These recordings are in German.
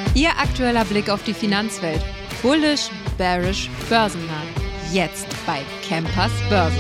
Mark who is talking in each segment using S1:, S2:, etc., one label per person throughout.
S1: Ihr aktueller Blick auf die Finanzwelt. Bullish, bearish, börsennah. Jetzt bei Campers Börse.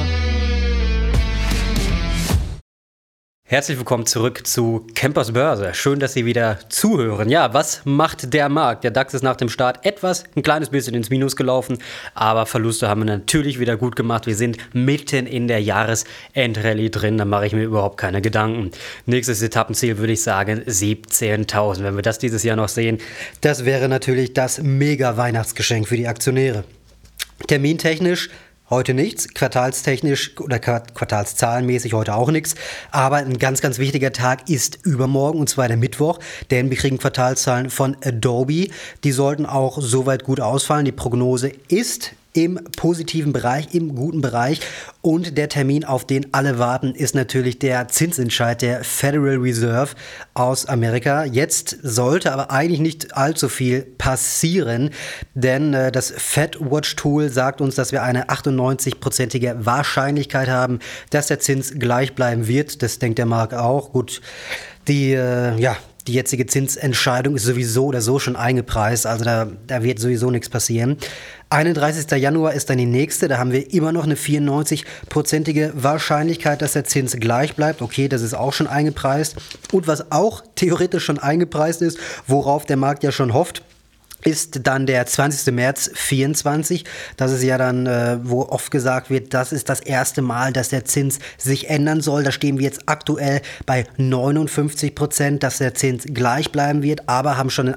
S2: Herzlich willkommen zurück zu Campers Börse. Schön, dass Sie wieder zuhören. Ja, was macht der Markt? Der DAX ist nach dem Start ein kleines bisschen ins Minus gelaufen, aber Verluste haben wir natürlich wieder gut gemacht. Wir sind mitten in der Jahresendrallye drin, da mache ich mir überhaupt keine Gedanken. Nächstes Etappenziel würde ich sagen 17.000. Wenn wir das dieses Jahr noch sehen, das wäre natürlich das Mega-Weihnachtsgeschenk für die Aktionäre. Termintechnisch heute nichts, quartalstechnisch oder quartalszahlenmäßig heute auch nichts. Aber ein ganz, ganz wichtiger Tag ist übermorgen, und zwar der Mittwoch, denn wir kriegen Quartalszahlen von Adobe. Die sollten auch soweit gut ausfallen. Die Prognose ist im positiven Bereich, im guten Bereich. Und der Termin, auf den alle warten, ist natürlich der Zinsentscheid der Federal Reserve aus Amerika. Jetzt sollte aber eigentlich nicht allzu viel passieren, denn das FedWatch-Tool sagt uns, dass wir eine 98-prozentige Wahrscheinlichkeit haben, dass der Zins gleich bleiben wird. Das denkt der Markt auch. Gut, die jetzige Zinsentscheidung ist sowieso oder so schon eingepreist, also da wird sowieso nichts passieren. 31. Januar ist dann die nächste, da haben wir immer noch eine 94-prozentige Wahrscheinlichkeit, dass der Zins gleich bleibt. Okay, das ist auch schon eingepreist. Und was auch theoretisch schon eingepreist ist, worauf der Markt ja schon hofft, ist dann der 20. März 24. Das ist ja dann, wo oft gesagt wird, das ist das erste Mal, dass der Zins sich ändern soll. Da stehen wir jetzt aktuell bei 59%, dass der Zins gleich bleiben wird, aber haben schon eine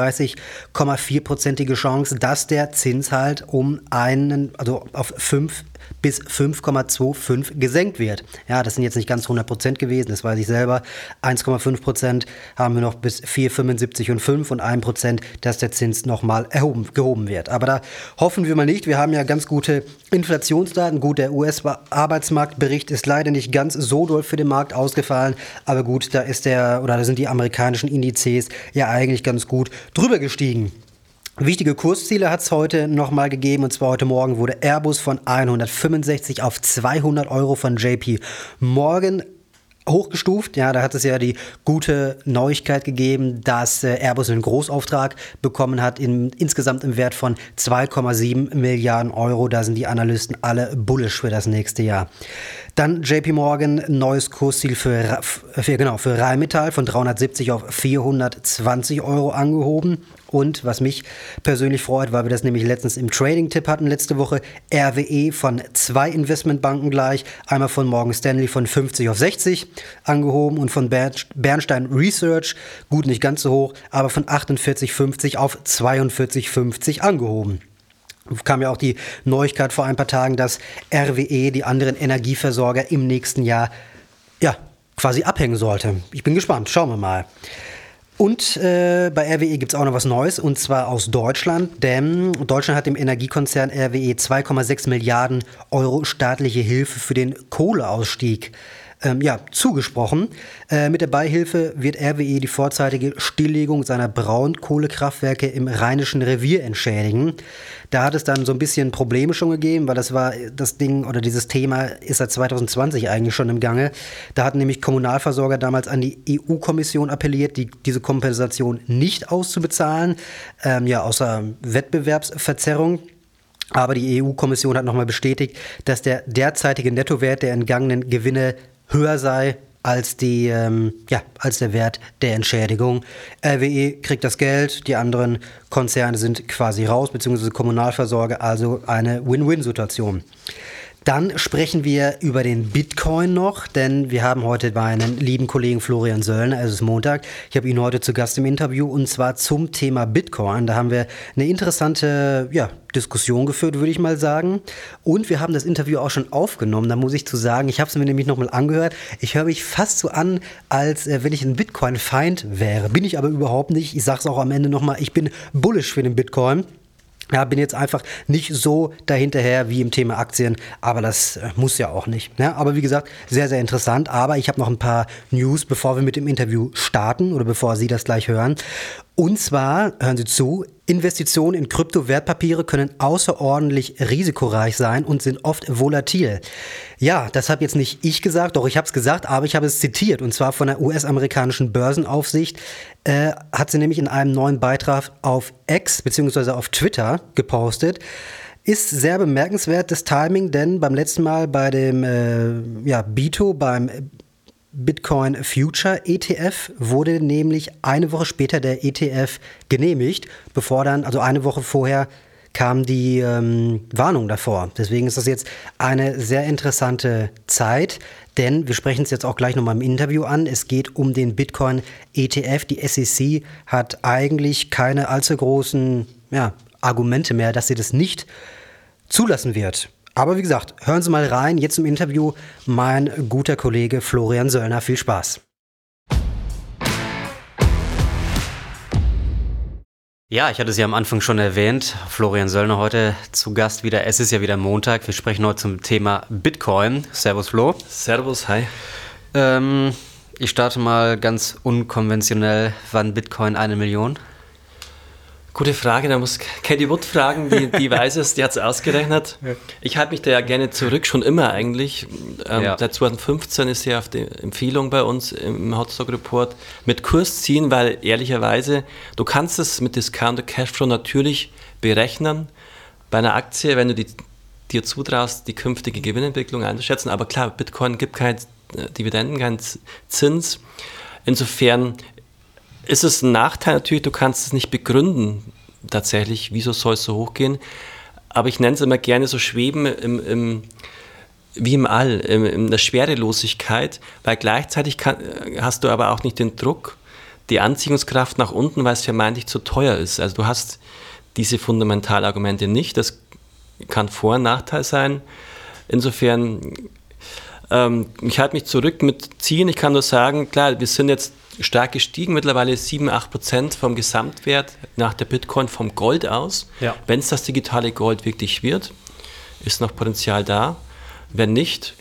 S2: 38,4%ige Chance, dass der Zins halt auf 5 bis 5,25 gesenkt wird. Ja, das sind jetzt nicht ganz 100% gewesen, das weiß ich selber. 1,5% haben wir noch bis 4,75 und 5 und 1%, dass der Zins nochmal gehoben wird. Aber da hoffen wir mal nicht. Wir haben ja ganz gute Inflationsdaten. Gut, der US-Arbeitsmarktbericht ist leider nicht ganz so doll für den Markt ausgefallen. Aber gut, da sind die amerikanischen Indizes ja eigentlich ganz gut drüber gestiegen. Wichtige Kursziele hat es heute nochmal gegeben, und zwar heute Morgen wurde Airbus von 165 auf 200 Euro von JP Morgan hochgestuft. Ja, da hat es ja die gute Neuigkeit gegeben, dass Airbus einen Großauftrag bekommen hat, insgesamt im Wert von 2,7 Milliarden Euro. Da sind die Analysten alle bullish für das nächste Jahr. Dann JP Morgan, neues Kursziel für Rheinmetall von 370 auf 420 Euro angehoben. Und was mich persönlich freut, weil wir das nämlich letztens im Trading-Tipp hatten letzte Woche, RWE von 2 Investmentbanken gleich, einmal von Morgan Stanley von 50 auf 60 angehoben und von Bernstein Research, gut, nicht ganz so hoch, aber von 48,50 auf 42,50 angehoben. Kam ja auch die Neuigkeit vor ein paar Tagen, dass RWE die anderen Energieversorger im nächsten Jahr quasi abhängen sollte. Ich bin gespannt, schauen wir mal. Und bei RWE gibt es auch noch was Neues, und zwar aus Deutschland, denn Deutschland hat dem Energiekonzern RWE 2,6 Milliarden Euro staatliche Hilfe für den Kohleausstieg zugesprochen. Mit der Beihilfe wird RWE die vorzeitige Stilllegung seiner Braunkohlekraftwerke im Rheinischen Revier entschädigen. Da hat es dann so ein bisschen Probleme schon gegeben, weil dieses Thema ist seit 2020 eigentlich schon im Gange. Da hatten nämlich Kommunalversorger damals an die EU-Kommission appelliert, diese Kompensation nicht auszubezahlen, außer Wettbewerbsverzerrung. Aber die EU-Kommission hat nochmal bestätigt, dass der derzeitige Nettowert der entgangenen Gewinne höher sei als der Wert der Entschädigung. RWE kriegt das Geld, die anderen Konzerne sind quasi raus, beziehungsweise Kommunalversorger, also eine Win-Win-Situation. Dann sprechen wir über den Bitcoin noch, denn wir haben heute meinen lieben Kollegen Florian Söllner, es ist Montag. Ich habe ihn heute zu Gast im Interview, und zwar zum Thema Bitcoin. Da haben wir eine interessante Diskussion geführt, würde ich mal sagen. Und wir haben das Interview auch schon aufgenommen, da muss ich zu sagen, ich habe es mir nämlich nochmal angehört. Ich höre mich fast so an, als wenn ich ein Bitcoin-Feind wäre. Bin ich aber überhaupt nicht. Ich sage es auch am Ende nochmal, ich bin bullish für den Bitcoin. Ja, bin jetzt einfach nicht so dahinterher wie im Thema Aktien, aber das muss ja auch nicht. Ja, aber wie gesagt, sehr, sehr interessant. Aber ich habe noch ein paar News, bevor wir mit dem Interview starten oder bevor Sie das gleich hören. Und zwar, hören Sie zu, Investitionen in Kryptowertpapiere können außerordentlich risikoreich sein und sind oft volatil. Ja, das habe jetzt nicht ich gesagt, doch ich habe es gesagt, aber ich habe es zitiert. Und zwar von der US-amerikanischen Börsenaufsicht hat sie nämlich in einem neuen Beitrag auf X bzw. auf Twitter gepostet. Ist sehr bemerkenswert, das Timing, denn beim letzten Mal bei dem BITO, beim Bitcoin Future ETF, wurde nämlich eine Woche später der ETF genehmigt, bevor dann, also eine Woche vorher, kam die Warnung davor. Deswegen ist das jetzt eine sehr interessante Zeit, denn wir sprechen es jetzt auch gleich nochmal im Interview an. Es geht um den Bitcoin ETF. Die SEC hat eigentlich keine allzu großen Argumente mehr, dass sie das nicht zulassen wird. Aber wie gesagt, hören Sie mal rein, jetzt im Interview mein guter Kollege Florian Söllner. Viel Spaß. Ja, ich hatte es ja am Anfang schon erwähnt, Florian Söllner heute zu Gast wieder. Es ist ja wieder Montag, wir sprechen heute zum Thema Bitcoin. Servus Flo.
S3: Servus, hi.
S2: Ich starte mal ganz unkonventionell, wann Bitcoin 1 Million?
S3: Gute Frage, da muss Katie Wood fragen, die weiß es, die hat es ausgerechnet. Ich halte mich da ja gerne zurück, schon immer eigentlich. Seit 2015 ist sie auf die Empfehlung bei uns im Hotstock Report mit Kurs ziehen, weil ehrlicherweise, du kannst es mit Discounted Cashflow natürlich berechnen bei einer Aktie, wenn du dir zutraust, die künftige Gewinnentwicklung einzuschätzen. Aber klar, Bitcoin gibt keine Dividenden, keinen Zins. Insofern ist es ein Nachteil natürlich, du kannst es nicht begründen tatsächlich, wieso soll es so hochgehen, aber ich nenne es immer gerne so Schweben wie im All, in der Schwerelosigkeit, weil gleichzeitig hast du aber auch nicht den Druck, die Anziehungskraft nach unten, weil es vermeintlich zu teuer ist. Also du hast diese Fundamentalargumente nicht, das kann Vor- und Nachteil sein. Insofern, ich halte mich zurück mit Ziehen, ich kann nur sagen, klar, wir sind jetzt stark gestiegen, mittlerweile 7-8% vom Gesamtwert nach der Bitcoin vom Gold aus. Ja. Wenn es das digitale Gold wirklich wird, ist noch Potenzial da. Wenn nicht,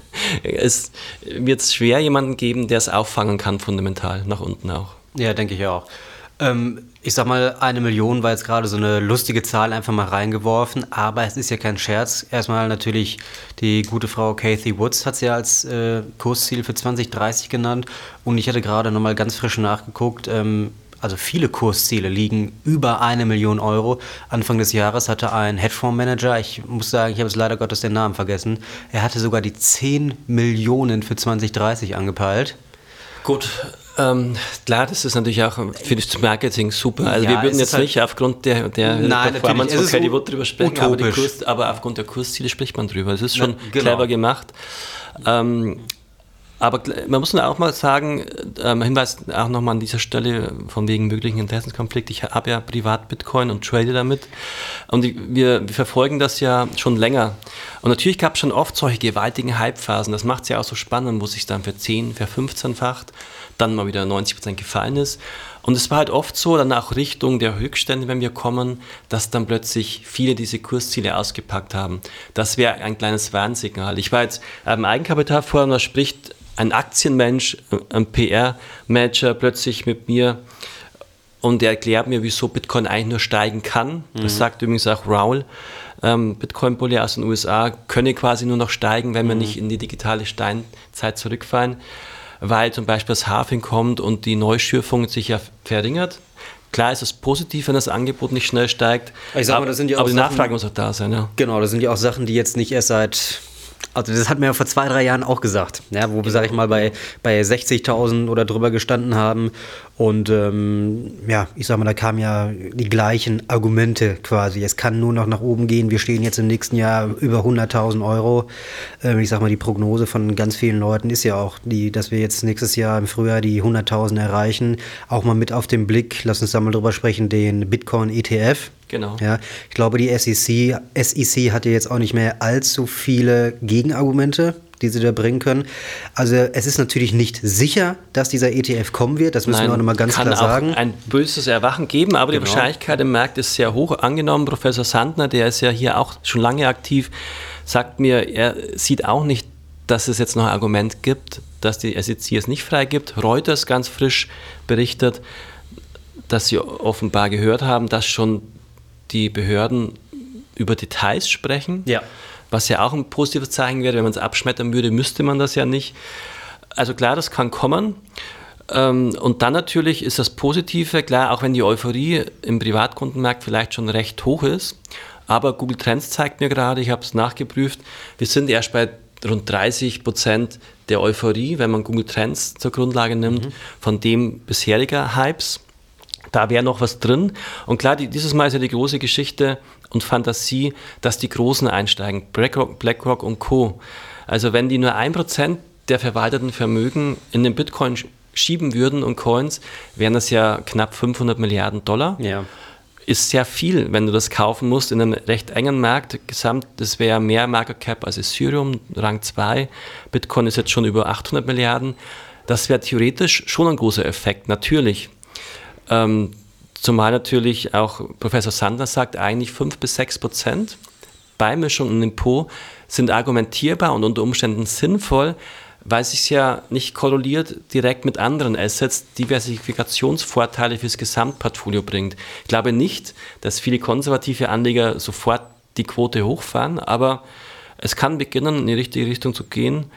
S3: wird es schwer jemanden geben, der es auffangen kann, fundamental, nach unten auch.
S2: Ja, denke ich auch. Ich sag mal, 1 Million war jetzt gerade so eine lustige Zahl einfach mal reingeworfen, aber es ist ja kein Scherz. Erstmal natürlich die gute Frau Cathie Woods hat sie ja als Kursziel für 2030 genannt und ich hatte gerade nochmal ganz frisch nachgeguckt, also viele Kursziele liegen über 1 Million Euro. Anfang des Jahres hatte ein Hedgefondsmanager, ich muss sagen, ich habe jetzt leider Gottes den Namen vergessen, er hatte sogar die 10 Millionen für 2030 angepeilt.
S3: Gut, klar, das ist natürlich auch für das Marketing super. Also wir würden jetzt halt nicht aufgrund der Performance von Katie Wood drüber sprechen, aber aufgrund der Kursziele spricht man drüber. Das ist schon clever gemacht. Aber man muss auch mal sagen, Hinweis auch nochmal an dieser Stelle von wegen möglichen Interessenskonflikt. Ich habe ja privat Bitcoin und trade damit und wir verfolgen das ja schon länger. Und natürlich gab es schon oft solche gewaltigen Hype-Phasen. Das macht es ja auch so spannend, wo sich dann für 10, für 15-facht dann mal wieder 90% gefallen ist. Und es war halt oft so, dann auch Richtung der Höchststände, wenn wir kommen, dass dann plötzlich viele diese Kursziele ausgepackt haben. Das wäre ein kleines Warnsignal. Ich war jetzt im Eigenkapitalforum, da spricht ein Aktienmensch, ein PR-Manager plötzlich mit mir und der erklärt mir, wieso Bitcoin eigentlich nur steigen kann. Das sagt übrigens auch Raoul, Bitcoin-Bully aus den USA, könne quasi nur noch steigen, wenn wir nicht in die digitale Steinzeit zurückfallen, weil zum Beispiel das Halving kommt und die Neuschürfung sich ja verringert. Klar ist es positiv, wenn das Angebot nicht schnell steigt,
S2: ich sag mal, das sind ja auch
S3: aber die
S2: Sachen,
S3: Nachfrage muss auch da sein. Ja.
S2: Genau, das sind ja auch Sachen, die jetzt nicht erst also das hat mir ja vor 2-3 Jahren auch gesagt, ja, wo wir, sag ich mal, bei 60.000 oder drüber gestanden haben und ich sag mal, da kamen ja die gleichen Argumente quasi. Es kann nur noch nach oben gehen, wir stehen jetzt im nächsten Jahr über 100.000 Euro. Ich sag mal, die Prognose von ganz vielen Leuten ist ja auch dass wir jetzt nächstes Jahr im Frühjahr die 100.000 erreichen. Auch mal mit auf den Blick, lass uns da mal drüber sprechen, den Bitcoin ETF.
S3: Genau.
S2: Ja, ich glaube, die SEC hatte jetzt auch nicht mehr allzu viele Gegenargumente, die sie da bringen können. Also es ist natürlich nicht sicher, dass dieser ETF kommen wird, das müssen wir auch nochmal ganz klar sagen.
S3: Kann auch ein böses Erwachen geben, aber die Wahrscheinlichkeit im Markt ist sehr hoch angenommen. Professor Sandner, der ist ja hier auch schon lange aktiv, sagt mir, er sieht auch nicht, dass es jetzt noch ein Argument gibt, dass die SEC es nicht freigibt. Reuters ganz frisch berichtet, dass Sie offenbar gehört haben, dass schon die Behörden über Details sprechen, was ja auch ein positives Zeichen wäre. Wenn man es abschmettern würde, müsste man das ja nicht. Also klar, das kann kommen. Und dann natürlich ist das Positive, klar, auch wenn die Euphorie im Privatkundenmarkt vielleicht schon recht hoch ist, aber Google Trends zeigt mir gerade, ich habe es nachgeprüft, wir sind erst bei rund 30% der Euphorie, wenn man Google Trends zur Grundlage nimmt, von dem bisheriger Hypes. Da wäre noch was drin. Und klar, dieses Mal ist ja die große Geschichte und Fantasie, dass die Großen einsteigen, BlackRock und Co. Also wenn die nur 1% der verwalteten Vermögen in den Bitcoin schieben würden und Coins, wären das ja knapp 500 Milliarden $. Ja. Ist sehr viel, wenn du das kaufen musst in einem recht engen Markt. Gesamt, das wäre mehr Market Cap als Ethereum, Rang 2. Bitcoin ist jetzt schon über 800 Milliarden. Das wäre theoretisch schon ein großer Effekt, natürlich. Zumal natürlich auch Professor Sanders sagt, eigentlich 5-6% Beimischung im Depot sind argumentierbar und unter Umständen sinnvoll, weil es sich ja nicht korreliert direkt mit anderen Assets, Diversifikationsvorteile fürs Gesamtportfolio bringt. Ich glaube nicht, dass viele konservative Anleger sofort die Quote hochfahren, aber es kann beginnen, in die richtige Richtung zu gehen.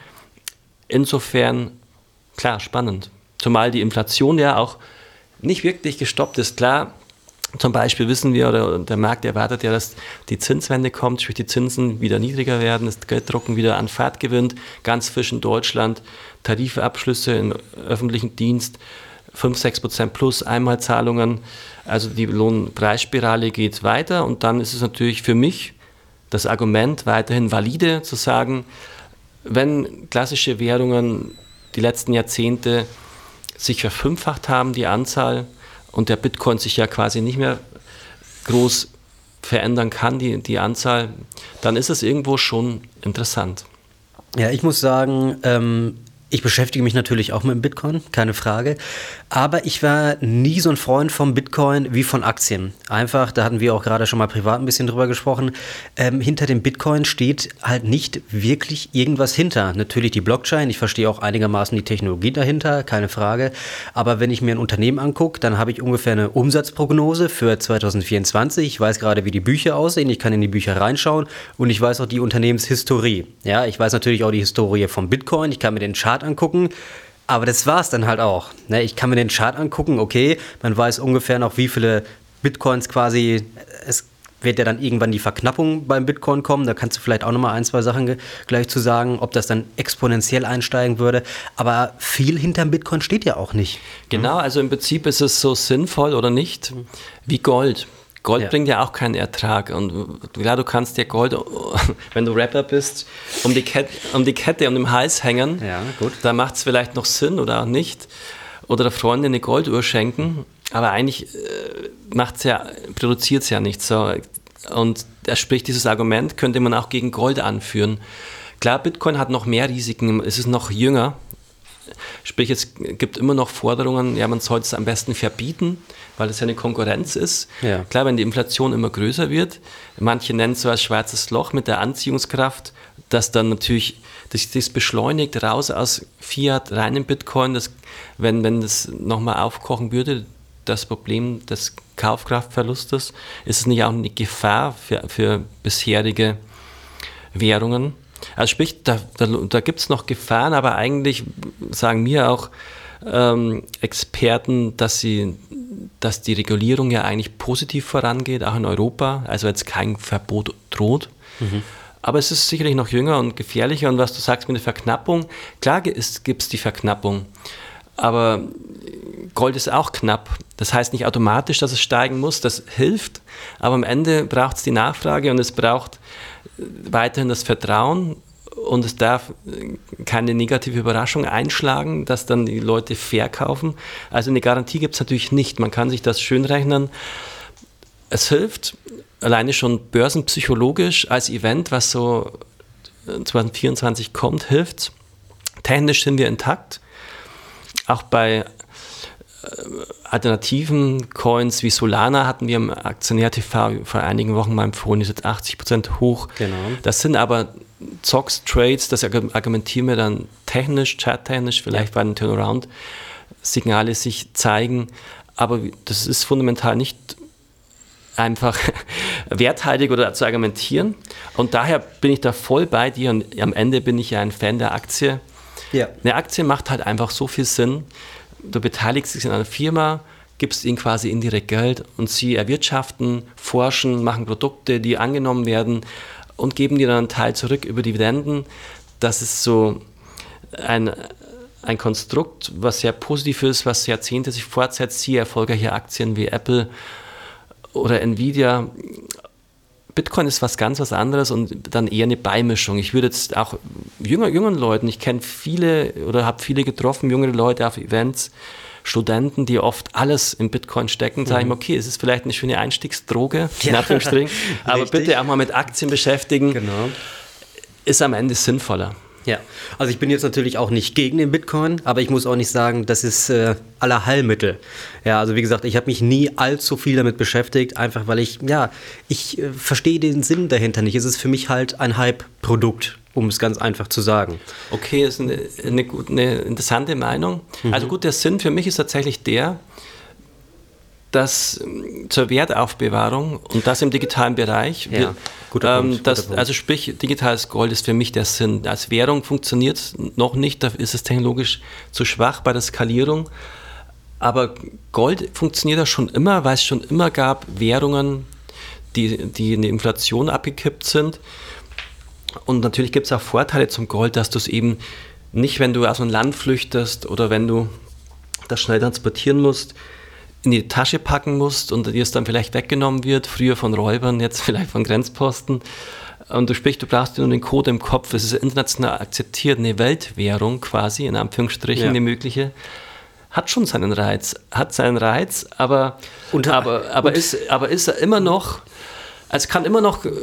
S3: Insofern, klar, spannend. Zumal die Inflation ja auch nicht wirklich gestoppt ist. Klar, zum Beispiel wissen wir, oder der Markt erwartet ja, dass die Zinswende kommt, sprich die Zinsen wieder niedriger werden, das Gelddrucken wieder an Fahrt gewinnt, ganz frisch in Deutschland, Tarifabschlüsse im öffentlichen Dienst, 5-6% plus Einmalzahlungen, also die Lohnpreisspirale geht weiter und dann ist es natürlich für mich das Argument weiterhin valide zu sagen, wenn klassische Währungen die letzten Jahrzehnte sich verfünffacht haben, die Anzahl, und der Bitcoin sich ja quasi nicht mehr groß verändern kann, die Anzahl, dann ist es irgendwo schon interessant.
S2: Ja, ich muss sagen, ich beschäftige mich natürlich auch mit dem Bitcoin, keine Frage. Aber ich war nie so ein Freund vom Bitcoin wie von Aktien. Einfach, da hatten wir auch gerade schon mal privat ein bisschen drüber gesprochen, hinter dem Bitcoin steht halt nicht wirklich irgendwas hinter. Natürlich die Blockchain, ich verstehe auch einigermaßen die Technologie dahinter, keine Frage. Aber wenn ich mir ein Unternehmen angucke, dann habe ich ungefähr eine Umsatzprognose für 2024. Ich weiß gerade, wie die Bücher aussehen, ich kann in die Bücher reinschauen und ich weiß auch die Unternehmenshistorie. Ja, ich weiß natürlich auch die Historie vom Bitcoin, ich kann mir den Chart angucken. Aber das war es dann halt auch. Ne? Ich kann mir den Chart angucken, okay, man weiß ungefähr noch, wie viele Bitcoins quasi, es wird ja dann irgendwann die Verknappung beim Bitcoin kommen, da kannst du vielleicht auch nochmal 1-2 Sachen gleich zu sagen, ob das dann exponentiell einsteigen würde, aber viel hinterm Bitcoin steht ja auch nicht.
S3: Genau, also im Prinzip ist es so sinnvoll oder nicht, wie Gold. Gold bringt ja auch keinen Ertrag und klar, du kannst dir Gold, wenn du Rapper bist, um die Kette um den Hals hängen, gut. Da macht es vielleicht noch Sinn oder auch nicht oder der Freundin eine Golduhr schenken, aber eigentlich produziert es ja nicht so und sprich dieses Argument könnte man auch gegen Gold anführen. Klar, Bitcoin hat noch mehr Risiken, es ist noch jünger, sprich es gibt immer noch Forderungen, ja man sollte es am besten verbieten, weil es ja eine Konkurrenz ist. Ja. Klar, wenn die Inflation immer größer wird, manche nennen es so als schwarzes Loch mit der Anziehungskraft, dass dann natürlich das beschleunigt raus aus Fiat rein in Bitcoin, wenn das nochmal aufkochen würde, das Problem des Kaufkraftverlustes, ist es nicht auch eine Gefahr für bisherige Währungen? Also sprich, da gibt es noch Gefahren, aber eigentlich sagen mir auch Experten, dass die Regulierung ja eigentlich positiv vorangeht, auch in Europa, also jetzt kein Verbot droht. Mhm. Aber es ist sicherlich noch jünger und gefährlicher und was du sagst mit der Verknappung, klar gibt es die Verknappung, aber Gold ist auch knapp. Das heißt nicht automatisch, dass es steigen muss, das hilft, aber am Ende braucht es die Nachfrage und es braucht weiterhin das Vertrauen und es darf keine negative Überraschung einschlagen, dass dann die Leute verkaufen. Also eine Garantie gibt es natürlich nicht. Man kann sich das schön rechnen. Es hilft, alleine schon börsenpsychologisch als Event, was so 2024 kommt, hilft. Technisch sind wir intakt. Auch bei alternativen Coins wie Solana hatten wir im Aktionär TV vor einigen Wochen mal empfohlen, ist jetzt 80% hoch. Genau. Das sind aber Zocks-Trades, das argumentieren wir dann technisch, charttechnisch, vielleicht bei den Turnaround-Signale sich zeigen. aber das ist fundamental nicht einfach werthaltig oder zu argumentieren. Und daher bin ich da voll bei dir und am Ende bin ich ja ein Fan der Aktie. Ja. Eine Aktie macht halt einfach so viel Sinn. Du beteiligst dich in einer Firma, gibst ihnen quasi indirekt Geld und sie erwirtschaften, forschen, machen Produkte, die angenommen werden und geben dir dann einen Teil zurück über Dividenden. Das ist so ein Konstrukt, was sehr positiv ist, was Jahrzehnte sich fortsetzt. Siehe erfolgreiche Aktien wie Apple oder Nvidia. Bitcoin ist was ganz was anderes und dann eher eine Beimischung. Ich würde jetzt auch jungen Leuten, ich kenne viele oder habe viele getroffen, jüngere Leute auf Events, Studenten, die oft alles in Bitcoin stecken, sage ich mir, okay, es ist vielleicht eine schöne Einstiegsdroge, in Anführungsstrichen, aber bitte auch mal mit Aktien beschäftigen, ist am Ende sinnvoller.
S2: Ja, also ich bin jetzt natürlich auch nicht gegen den Bitcoin, aber ich muss auch nicht sagen, das ist aller Heilmittel. Ja, also wie gesagt, ich habe mich nie allzu viel damit beschäftigt, einfach weil ich verstehe den Sinn dahinter nicht. Es ist für mich halt ein Hype-Produkt, um es ganz einfach zu sagen.
S3: Okay, das ist eine interessante Meinung. Also gut, der Sinn für mich ist tatsächlich der, dass zur Wertaufbewahrung und das im digitalen Bereich, guter Punkt. Also sprich, digitales Gold ist für mich der Sinn. Als Währung funktioniert es noch nicht, da ist es technologisch zu schwach bei der Skalierung, aber Gold funktioniert ja schon immer, weil es schon immer gab Währungen, die in die Inflation abgekippt sind und natürlich gibt es auch Vorteile zum Gold, dass du es eben nicht, wenn du aus einem Land flüchtest oder wenn du das schnell transportieren musst, in die Tasche packen musst und dir es dann vielleicht weggenommen wird, früher von Räubern, jetzt vielleicht von Grenzposten. Und du brauchst nur den Code im Kopf. Es ist international akzeptiert, eine Weltwährung quasi, in Anführungsstrichen, eine mögliche. Hat schon seinen Reiz, aber ist er immer noch, es kann immer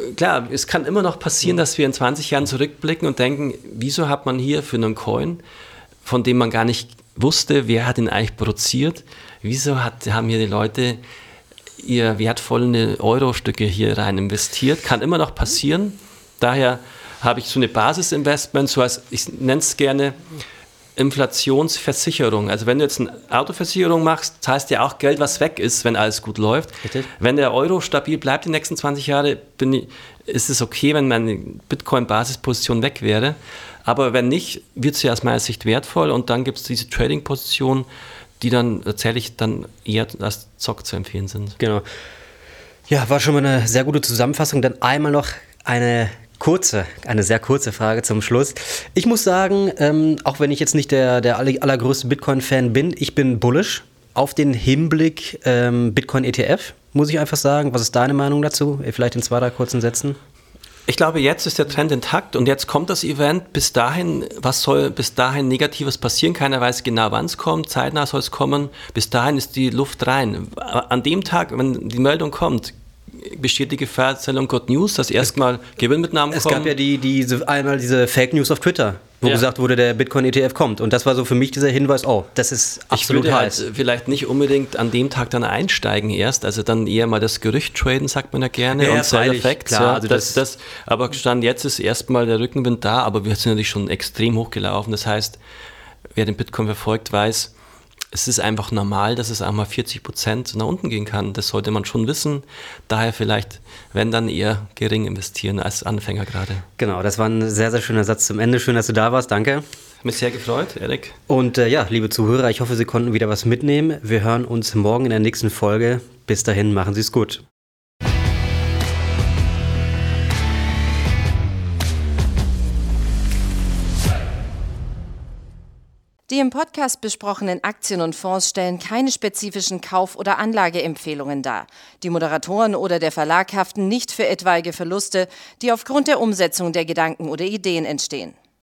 S3: noch passieren, dass wir in 20 Jahren zurückblicken und denken, wieso hat man hier für einen Coin, von dem man gar nicht wusste, wer hat ihn eigentlich produziert, wieso haben hier die Leute ihr wertvolle Euro-Stücke hier rein investiert? Kann immer noch passieren. Daher habe ich so eine Basisinvestment, so als, ich nenne es gerne Inflationsversicherung. Also wenn du jetzt eine Autoversicherung machst, zahlst du ja auch Geld, was weg ist, wenn alles gut läuft. Richtig. Wenn der Euro stabil bleibt die nächsten 20 Jahre, ist es okay, wenn meine Bitcoin-Basisposition weg wäre. Aber wenn nicht, wird sie aus meiner Sicht wertvoll und dann gibt es diese Trading-Positionen, die dann tatsächlich dann eher als Zock zu empfehlen sind.
S2: Genau. Ja, war schon mal eine sehr gute Zusammenfassung. Dann einmal noch eine sehr kurze Frage zum Schluss. Ich muss sagen, auch wenn ich jetzt nicht der allergrößte Bitcoin-Fan bin, ich bin bullish auf den Hinblick Bitcoin-ETF, muss ich einfach sagen. Was ist deine Meinung dazu? Vielleicht in 2, 3 kurzen Sätzen.
S3: Ich glaube, jetzt ist der Trend intakt und jetzt kommt das Event. Bis dahin, was soll bis dahin Negatives passieren? Keiner weiß genau, wann es kommt. Zeitnah soll es kommen. Bis dahin ist die Luft rein. An dem Tag, wenn die Meldung kommt, besteht die Gefahr, Selling Good News, dass erstmal Gewinnmitnahmen kommen.
S2: Es gab ja diese Fake News auf Twitter, wo gesagt wurde, der Bitcoin-ETF kommt. Und das war so für mich dieser Hinweis, das ist absolut heiß.
S3: Ich würde halt vielleicht nicht unbedingt an dem Tag dann einsteigen erst, also dann eher mal das Gerücht traden, sagt man ja gerne,
S2: ja,
S3: und
S2: Side-Effects.
S3: Ja, also aber Stand jetzt ist erstmal der Rückenwind da, aber wir sind natürlich schon extrem hochgelaufen. Das heißt, wer den Bitcoin verfolgt, weiß, es ist einfach normal, dass es auch mal 40% nach unten gehen kann. Das sollte man schon wissen. Daher vielleicht, wenn dann eher gering investieren als Anfänger gerade.
S2: Genau, das war ein sehr, sehr schöner Satz zum Ende. Schön, dass du da warst. Danke.
S3: Mich sehr gefreut, Erik.
S2: Und liebe Zuhörer, ich hoffe, Sie konnten wieder was mitnehmen. Wir hören uns morgen in der nächsten Folge. Bis dahin, machen Sie es gut.
S4: Die im Podcast besprochenen Aktien und Fonds stellen keine spezifischen Kauf- oder Anlageempfehlungen dar. Die Moderatoren oder der Verlag haften nicht für etwaige Verluste, die aufgrund der Umsetzung der Gedanken oder Ideen entstehen.